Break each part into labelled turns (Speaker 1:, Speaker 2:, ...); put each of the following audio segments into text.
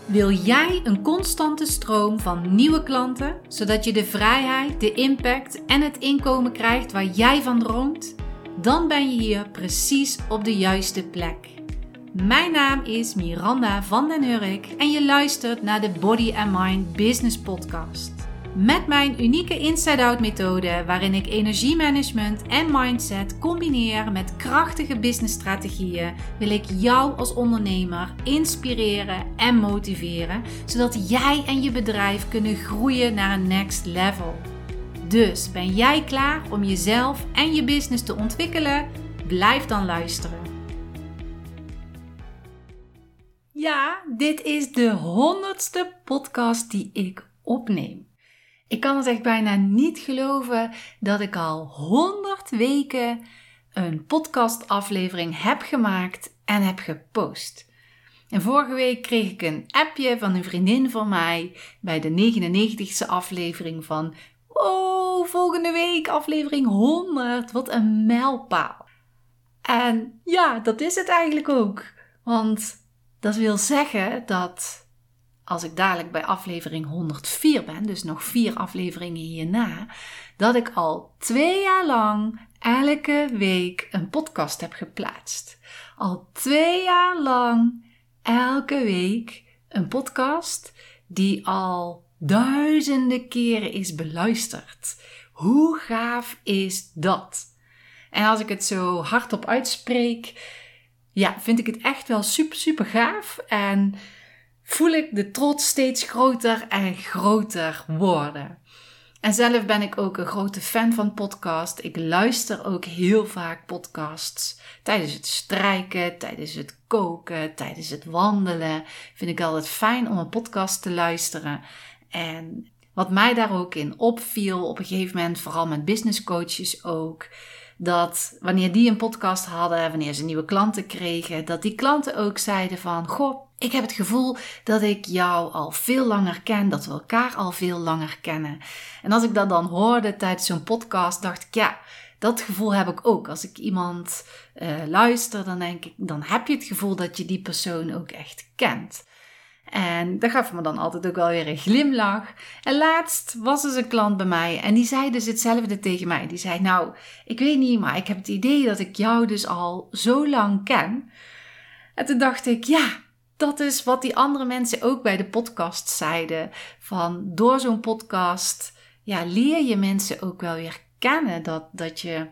Speaker 1: Wil jij een constante stroom van nieuwe klanten, zodat je de vrijheid, de impact en het inkomen krijgt waar jij van droomt? Dan ben je hier precies op de juiste plek. Mijn naam is Miranda van den Hurk en je luistert naar de Body and Mind Business Podcast. Met mijn unieke inside-out methode waarin ik energiemanagement en mindset combineer met krachtige businessstrategieën, wil ik jou als ondernemer inspireren en motiveren, zodat jij en je bedrijf kunnen groeien naar een next level. Dus ben jij klaar om jezelf en je business te ontwikkelen? Blijf dan luisteren. Ja, dit is de 100ste podcast die ik opneem. Ik kan het echt bijna niet geloven dat ik al 100 weken een podcastaflevering heb gemaakt en heb gepost. En vorige week kreeg ik een appje van een vriendin van mij bij de 99ste aflevering van volgende week aflevering 100, wat een mijlpaal. En ja, dat is het eigenlijk ook. Want dat wil zeggen dat als ik dadelijk bij aflevering 104 ben, dus nog 4 afleveringen hierna, dat ik al 2 jaar lang elke week een podcast heb geplaatst. Al 2 jaar lang elke week een podcast die al duizenden keren is beluisterd. Hoe gaaf is dat? En als ik het zo hardop uitspreek, ja, vind ik het echt wel super gaaf en voel ik de trots steeds groter en groter worden. En zelf ben ik ook een grote fan van podcast. Ik luister ook heel vaak podcasts. Tijdens het strijken, tijdens het koken, tijdens het wandelen. Vind ik altijd fijn om een podcast te luisteren. En wat mij daar ook in opviel op een gegeven moment, vooral met business coaches ook, dat wanneer die een podcast hadden, wanneer ze nieuwe klanten kregen, dat die klanten ook zeiden van, goh, ik heb het gevoel dat ik jou al veel langer ken, dat we elkaar al veel langer kennen. En als ik dat dan hoorde tijdens zo'n podcast, dacht ik, ja, dat gevoel heb ik ook. Als ik iemand luister, dan denk ik, dan heb je het gevoel dat je die persoon ook echt kent. En dat gaf me dan altijd ook wel weer een glimlach. En laatst was dus een klant bij mij en die zei dus hetzelfde tegen mij. Die zei, nou, ik weet niet, maar ik heb het idee dat ik jou dus al zo lang ken. En toen dacht ik, ja, dat is wat die andere mensen ook bij de podcast zeiden. Van door zo'n podcast, ja, leer je mensen ook wel weer kennen. Dat je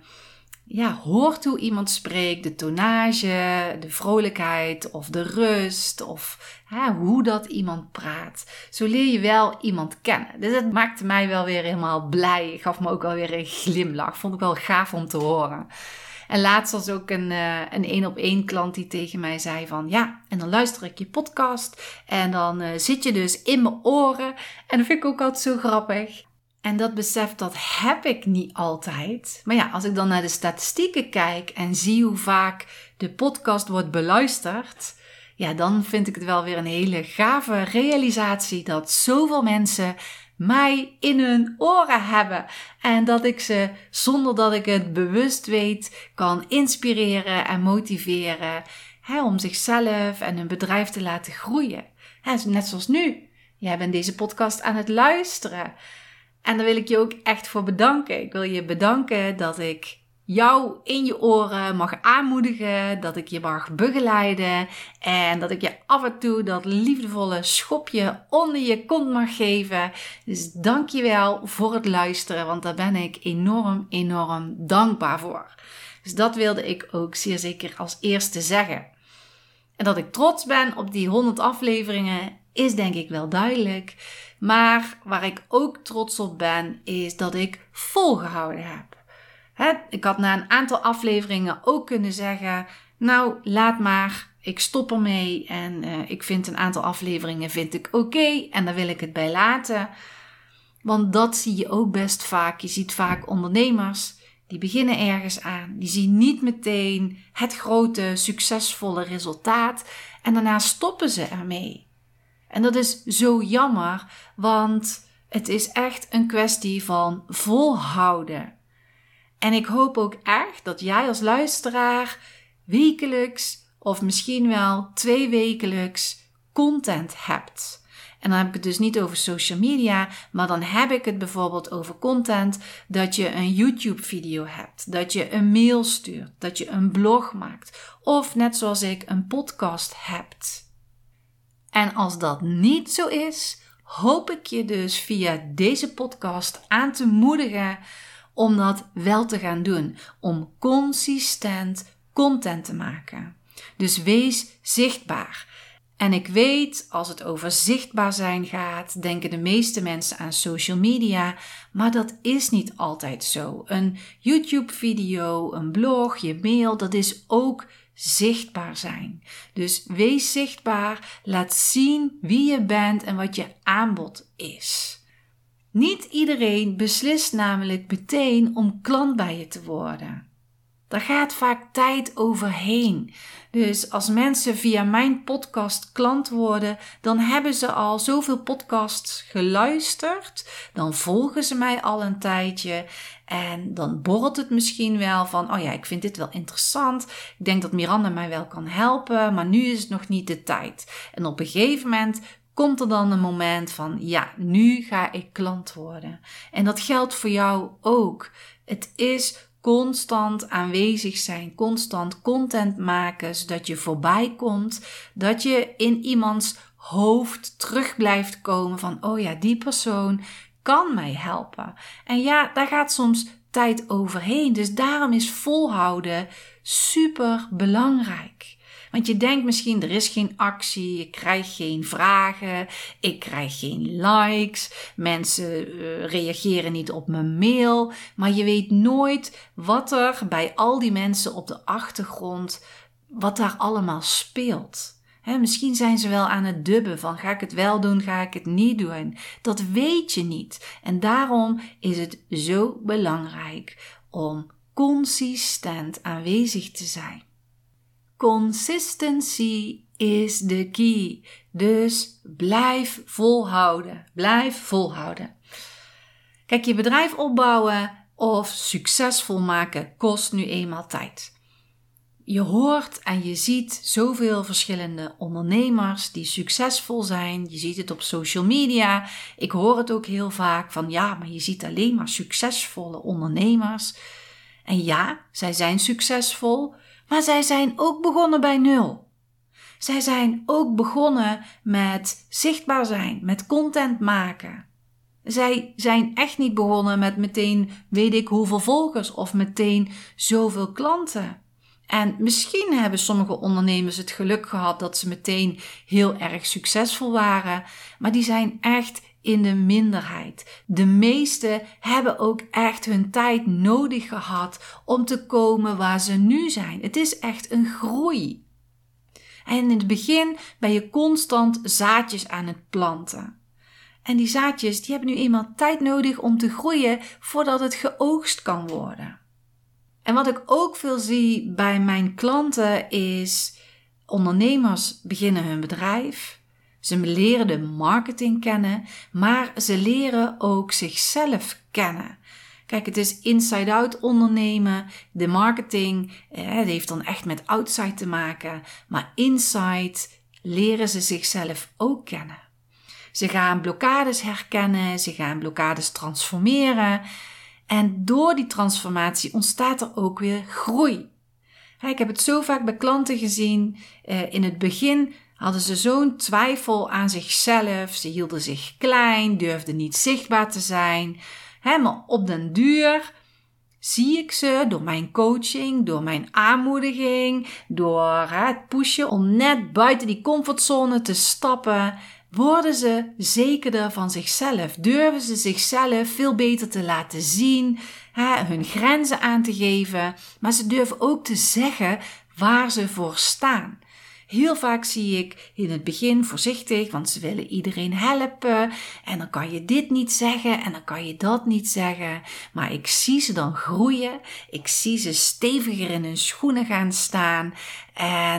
Speaker 1: hoort hoe iemand spreekt, de tonnage, de vrolijkheid of de rust of hoe dat iemand praat. Zo leer je wel iemand kennen. Dus het maakte mij wel weer helemaal blij. Gaf me ook wel weer een glimlach. Vond ik wel gaaf om te horen. En laatst was ook een 1-op-1 klant die tegen mij zei van, ja, en dan luister ik je podcast en dan zit je dus in mijn oren. En dat vind ik ook altijd zo grappig. En dat besef, dat heb ik niet altijd. Maar ja, als ik dan naar de statistieken kijk en zie hoe vaak de podcast wordt beluisterd, ja, dan vind ik het wel weer een hele gave realisatie dat zoveel mensen mij in hun oren hebben. En dat ik ze, zonder dat ik het bewust weet, kan inspireren en motiveren om zichzelf en hun bedrijf te laten groeien. Net zoals nu. Jij bent deze podcast aan het luisteren. En daar wil ik je ook echt voor bedanken. Ik wil je bedanken dat ik jou in je oren mag aanmoedigen, dat ik je mag begeleiden en dat ik je af en toe dat liefdevolle schopje onder je kont mag geven. Dus dank je wel voor het luisteren, want daar ben ik enorm dankbaar voor. Dus dat wilde ik ook zeer zeker als eerste zeggen. En dat ik trots ben op die 100 afleveringen is denk ik wel duidelijk. Maar waar ik ook trots op ben, is dat ik volgehouden heb. Ik had na een aantal afleveringen ook kunnen zeggen, nou, laat maar, ik stop ermee en ik vind een aantal afleveringen oké en daar wil ik het bij laten. Want dat zie je ook best vaak. Je ziet vaak ondernemers die beginnen ergens aan, die zien niet meteen het grote, succesvolle resultaat en daarna stoppen ze ermee. En dat is zo jammer, want het is echt een kwestie van volhouden. En ik hoop ook echt dat jij als luisteraar wekelijks of misschien wel 2 wekelijks content hebt. En dan heb ik het dus niet over social media, maar dan heb ik het bijvoorbeeld over content dat je een YouTube-video hebt, dat je een mail stuurt, dat je een blog maakt of net zoals ik een podcast hebt. En als dat niet zo is, hoop ik je dus via deze podcast aan te moedigen om dat wel te gaan doen, om consistent content te maken. Dus wees zichtbaar. En ik weet, als het over zichtbaar zijn gaat, denken de meeste mensen aan social media, maar dat is niet altijd zo. Een YouTube-video, een blog, je mail, dat is ook zichtbaar zijn. Dus wees zichtbaar, laat zien wie je bent en wat je aanbod is. Niet iedereen beslist namelijk meteen om klant bij je te worden. Daar gaat vaak tijd overheen. Dus als mensen via mijn podcast klant worden, dan hebben ze al zoveel podcasts geluisterd. Dan volgen ze mij al een tijdje. En dan borrelt het misschien wel van, oh ja, ik vind dit wel interessant. Ik denk dat Miranda mij wel kan helpen, maar nu is het nog niet de tijd. En op een gegeven moment komt er dan een moment van, ja, nu ga ik klant worden. En dat geldt voor jou ook. Het is constant aanwezig zijn, constant content maken, zodat je voorbij komt, dat je in iemands hoofd terug blijft komen van, oh ja, die persoon kan mij helpen. En ja, daar gaat soms tijd overheen, dus daarom is volhouden super belangrijk. Want je denkt misschien, er is geen actie, ik krijg geen vragen, ik krijg geen likes, mensen reageren niet op mijn mail. Maar je weet nooit wat er bij al die mensen op de achtergrond, wat daar allemaal speelt. Misschien zijn ze wel aan het dubben van, ga ik het wel doen, ga ik het niet doen. Dat weet je niet. En daarom is het zo belangrijk om consistent aanwezig te zijn. Consistency is the key. Dus blijf volhouden. Blijf volhouden. Kijk, je bedrijf opbouwen of succesvol maken kost nu eenmaal tijd. Je hoort en je ziet zoveel verschillende ondernemers die succesvol zijn. Je ziet het op social media. Ik hoor het ook heel vaak van, ja, maar je ziet alleen maar succesvolle ondernemers. En ja, zij zijn succesvol. Maar zij zijn ook begonnen bij nul. Zij zijn ook begonnen met zichtbaar zijn, met content maken. Zij zijn echt niet begonnen met meteen weet ik hoeveel volgers of meteen zoveel klanten. En misschien hebben sommige ondernemers het geluk gehad dat ze meteen heel erg succesvol waren, maar die zijn echt in de minderheid. De meesten hebben ook echt hun tijd nodig gehad om te komen waar ze nu zijn. Het is echt een groei. En in het begin ben je constant zaadjes aan het planten. En die zaadjes die hebben nu eenmaal tijd nodig om te groeien voordat het geoogst kan worden. En wat ik ook veel zie bij mijn klanten is ondernemers beginnen hun bedrijf. Ze leren de marketing kennen, maar ze leren ook zichzelf kennen. Kijk, het is inside-out ondernemen. De marketing heeft dan echt met outside te maken. Maar inside leren ze zichzelf ook kennen. Ze gaan blokkades herkennen, ze gaan blokkades transformeren. En door die transformatie ontstaat er ook weer groei. Ik heb het zo vaak bij klanten gezien. In het begin hadden ze zo'n twijfel aan zichzelf. Ze hielden zich klein, durfden niet zichtbaar te zijn. Maar op den duur zie ik ze door mijn coaching, door mijn aanmoediging, door het pushen om net buiten die comfortzone te stappen, worden ze zekerder van zichzelf. Durven ze zichzelf veel beter te laten zien, hun grenzen aan te geven, maar ze durven ook te zeggen waar ze voor staan. Heel vaak zie ik in het begin voorzichtig, want ze willen iedereen helpen. En dan kan je dit niet zeggen en dan kan je dat niet zeggen. Maar ik zie ze dan groeien. Ik zie ze steviger in hun schoenen gaan staan. En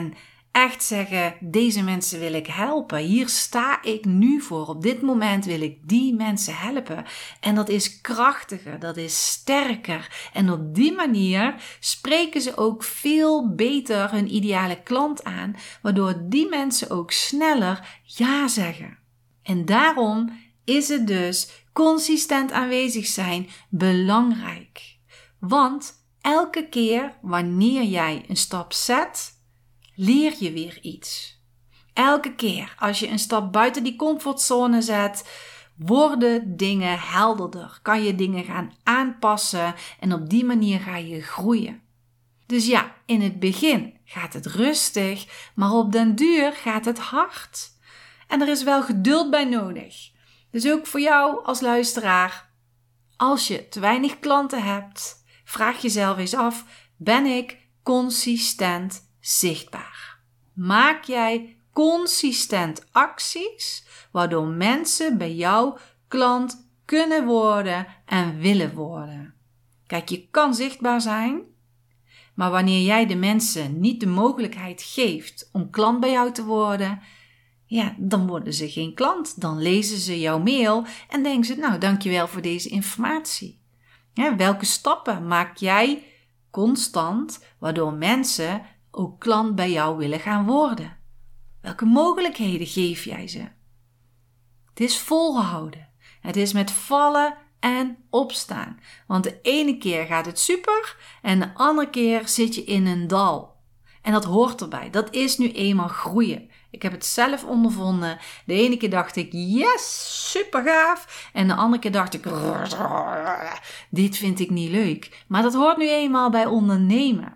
Speaker 1: echt zeggen, deze mensen wil ik helpen. Hier sta ik nu voor. Op dit moment wil ik die mensen helpen. En dat is krachtiger, dat is sterker. En op die manier spreken ze ook veel beter hun ideale klant aan, waardoor die mensen ook sneller ja zeggen. En daarom is het dus consistent aanwezig zijn belangrijk. Want elke keer wanneer jij een stap zet, leer je weer iets. Elke keer als je een stap buiten die comfortzone zet, worden dingen helderder. Kan je dingen gaan aanpassen en op die manier ga je groeien. Dus ja, in het begin gaat het rustig, maar op den duur gaat het hard. En er is wel geduld bij nodig. Dus ook voor jou als luisteraar, als je te weinig klanten hebt, vraag jezelf eens af, ben ik consistent zichtbaar? Maak jij consistent acties, waardoor mensen bij jou klant kunnen worden en willen worden? Kijk, je kan zichtbaar zijn, maar wanneer jij de mensen niet de mogelijkheid geeft om klant bij jou te worden, ja, dan worden ze geen klant. Dan lezen ze jouw mail en denken ze, nou, dankjewel voor deze informatie. Ja, welke stappen maak jij constant, waardoor mensen ook klant bij jou willen gaan worden? Welke mogelijkheden geef jij ze? Het is volgehouden. Het is met vallen en opstaan. Want de ene keer gaat het super en de andere keer zit je in een dal. En dat hoort erbij. Dat is nu eenmaal groeien. Ik heb het zelf ondervonden. De ene keer dacht ik, yes, super gaaf. En de andere keer dacht ik, dit vind ik niet leuk. Maar dat hoort nu eenmaal bij ondernemen.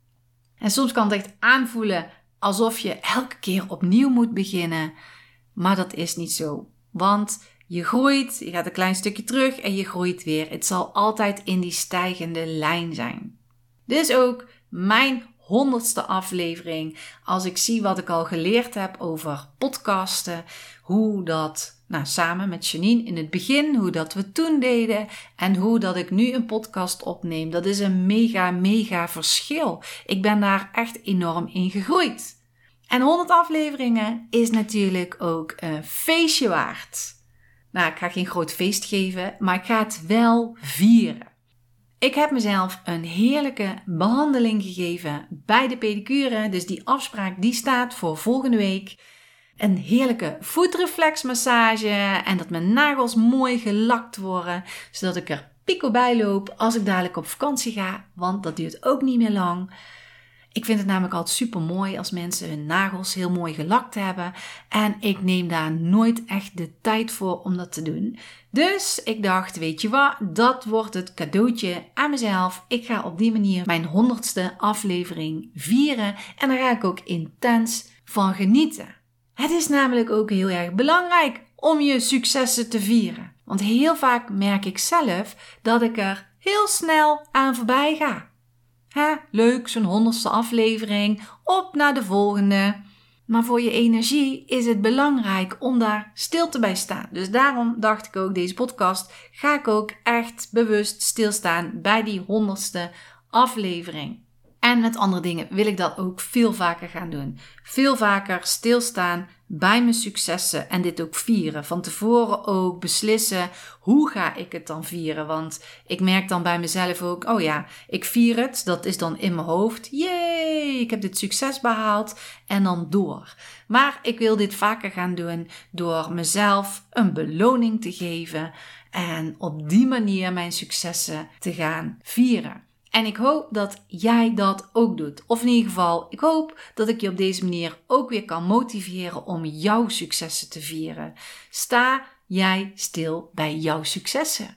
Speaker 1: En soms kan het echt aanvoelen alsof je elke keer opnieuw moet beginnen. Maar dat is niet zo. Want je groeit, je gaat een klein stukje terug en je groeit weer. Het zal altijd in die stijgende lijn zijn. Dit is ook mijn 100ste aflevering. Als ik zie wat ik al geleerd heb over podcasten. Hoe dat, samen met Janine in het begin, hoe dat we toen deden. En hoe dat ik nu een podcast opneem. Dat is een mega verschil. Ik ben daar echt enorm in gegroeid. En 100 afleveringen is natuurlijk ook een feestje waard. Ik ga geen groot feest geven, maar ik ga het wel vieren. Ik heb mezelf een heerlijke behandeling gegeven bij de pedicure. Dus die afspraak die staat voor volgende week. Een heerlijke voetreflexmassage en dat mijn nagels mooi gelakt worden. Zodat ik er pico bij loop als ik dadelijk op vakantie ga. Want dat duurt ook niet meer lang. Ik vind het namelijk altijd super mooi als mensen hun nagels heel mooi gelakt hebben. En ik neem daar nooit echt de tijd voor om dat te doen. Dus ik dacht, weet je wat, dat wordt het cadeautje aan mezelf. Ik ga op die manier mijn 100ste aflevering vieren. En daar ga ik ook intens van genieten. Het is namelijk ook heel erg belangrijk om je successen te vieren. Want heel vaak merk ik zelf dat ik er heel snel aan voorbij ga. Leuk, zo'n 100ste aflevering, op naar de volgende. Maar voor je energie is het belangrijk om daar stil te bij staan. Dus daarom dacht ik ook, deze podcast ga ik ook echt bewust stilstaan bij die 100ste aflevering. En met andere dingen wil ik dat ook veel vaker gaan doen. Veel vaker stilstaan bij mijn successen en dit ook vieren. Van tevoren ook beslissen, hoe ga ik het dan vieren? Want ik merk dan bij mezelf ook, oh ja, ik vier het. Dat is dan in mijn hoofd. Yay, ik heb dit succes behaald en dan door. Maar ik wil dit vaker gaan doen door mezelf een beloning te geven. En op die manier mijn successen te gaan vieren. En ik hoop dat jij dat ook doet. Of in ieder geval, ik hoop dat ik je op deze manier ook weer kan motiveren om jouw successen te vieren. Sta jij stil bij jouw successen?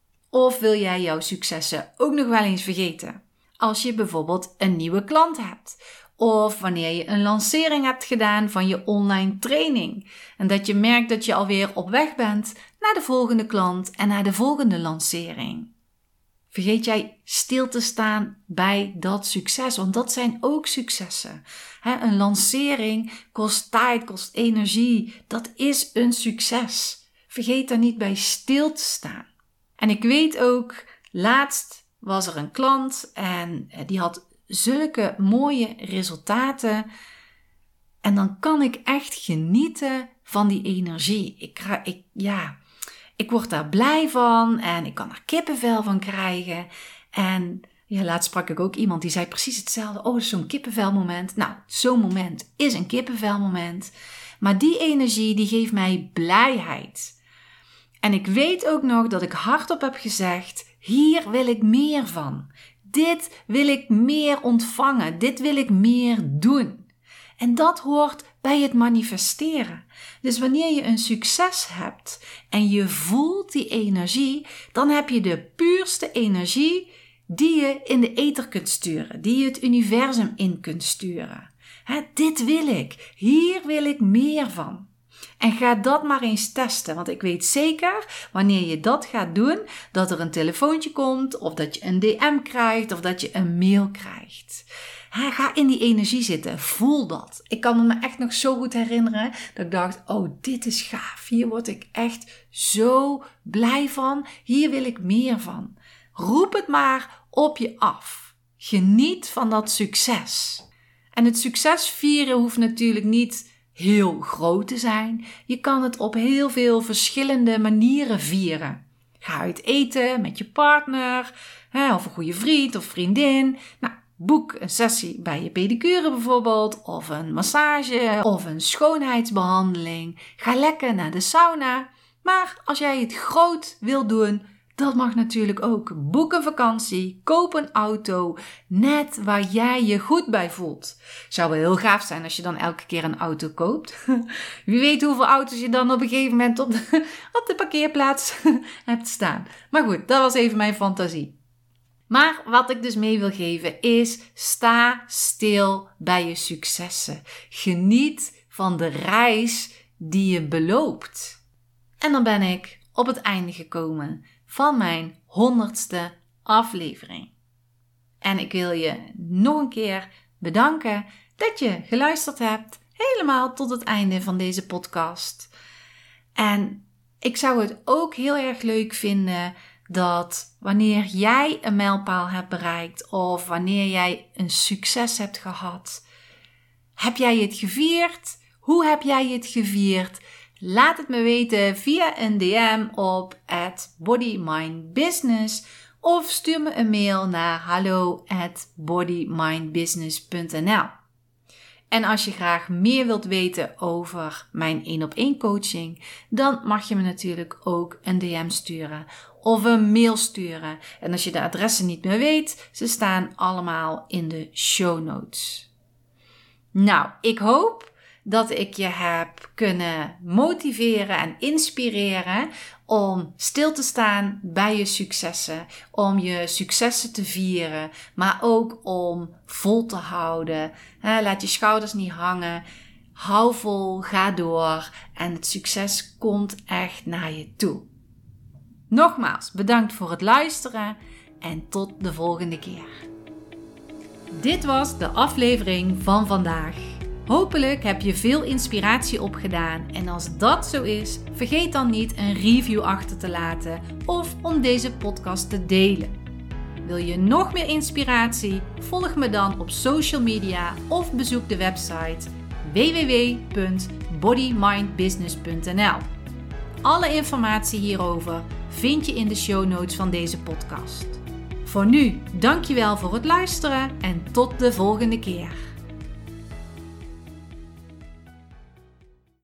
Speaker 1: Of wil jij jouw successen ook nog wel eens vergeten? Als je bijvoorbeeld een nieuwe klant hebt. Of wanneer je een lancering hebt gedaan van je online training. En dat je merkt dat je alweer op weg bent naar de volgende klant en naar de volgende lancering. Vergeet jij stil te staan bij dat succes, want dat zijn ook successen. Een lancering kost tijd, kost energie. Dat is een succes. Vergeet daar niet bij stil te staan. En ik weet ook, laatst was er een klant en die had zulke mooie resultaten. En dan kan ik echt genieten van die energie. Ik word daar blij van en ik kan er kippenvel van krijgen. En laatst sprak ik ook iemand die zei precies hetzelfde. Oh, dat is zo'n kippenvelmoment. Nou, zo'n moment is een kippenvelmoment. Maar die energie die geeft mij blijheid. En ik weet ook nog dat ik hardop heb gezegd, hier wil ik meer van. Dit wil ik meer ontvangen. Dit wil ik meer doen. En dat hoort bij het manifesteren. Dus wanneer je een succes hebt en je voelt die energie, dan heb je de puurste energie die je in de ether kunt sturen, die je het universum in kunt sturen. Dit wil ik. Hier wil ik meer van. En ga dat maar eens testen, want ik weet zeker, wanneer je dat gaat doen, dat er een telefoontje komt, of dat je een DM krijgt, of dat je een mail krijgt. Ga in die energie zitten, voel dat. Ik kan me echt nog zo goed herinneren, dat ik dacht, oh, dit is gaaf, hier word ik echt zo blij van, hier wil ik meer van. Roep het maar op je af. Geniet van dat succes. En het succes vieren hoeft natuurlijk niet heel groot te zijn. Je kan het op heel veel verschillende manieren vieren. Ga uit eten met je partner, of een goede vriend of vriendin. Nou, boek een sessie bij je pedicure bijvoorbeeld, of een massage, of een schoonheidsbehandeling. Ga lekker naar de sauna. Maar als jij het groot wil doen, dat mag natuurlijk ook. Boek een vakantie, koop een auto, net waar jij je goed bij voelt. Zou wel heel gaaf zijn als je dan elke keer een auto koopt. Wie weet hoeveel auto's je dan op een gegeven moment op de parkeerplaats hebt staan. Maar goed, dat was even mijn fantasie. Maar wat ik dus mee wil geven is, sta stil bij je successen. Geniet van de reis die je beloopt. En dan ben ik op het einde gekomen van mijn 100ste aflevering. En ik wil je nog een keer bedanken dat je geluisterd hebt, helemaal tot het einde van deze podcast. En ik zou het ook heel erg leuk vinden dat wanneer jij een mijlpaal hebt bereikt of wanneer jij een succes hebt gehad, heb jij het gevierd? Hoe heb jij het gevierd? Laat het me weten via een DM op @bodymindbusiness of stuur me een mail naar hallo@bodymindbusiness.nl. En als je graag meer wilt weten over mijn 1-op-1 coaching, dan mag je me natuurlijk ook een DM sturen of een mail sturen. En als je de adressen niet meer weet, ze staan allemaal in de show notes. Nou, ik hoop dat ik je heb kunnen motiveren en inspireren om stil te staan bij je successen, om je successen te vieren, maar ook om vol te houden. Laat je schouders niet hangen, hou vol, ga door en het succes komt echt naar je toe. Nogmaals, bedankt voor het luisteren en tot de volgende keer. Dit was de aflevering van vandaag. Hopelijk heb je veel inspiratie opgedaan en als dat zo is, vergeet dan niet een review achter te laten of om deze podcast te delen. Wil je nog meer inspiratie? Volg me dan op social media of bezoek de website www.bodymindbusiness.nl. Alle informatie hierover vind je in de show notes van deze podcast. Voor nu, dankjewel voor het luisteren en tot de volgende keer.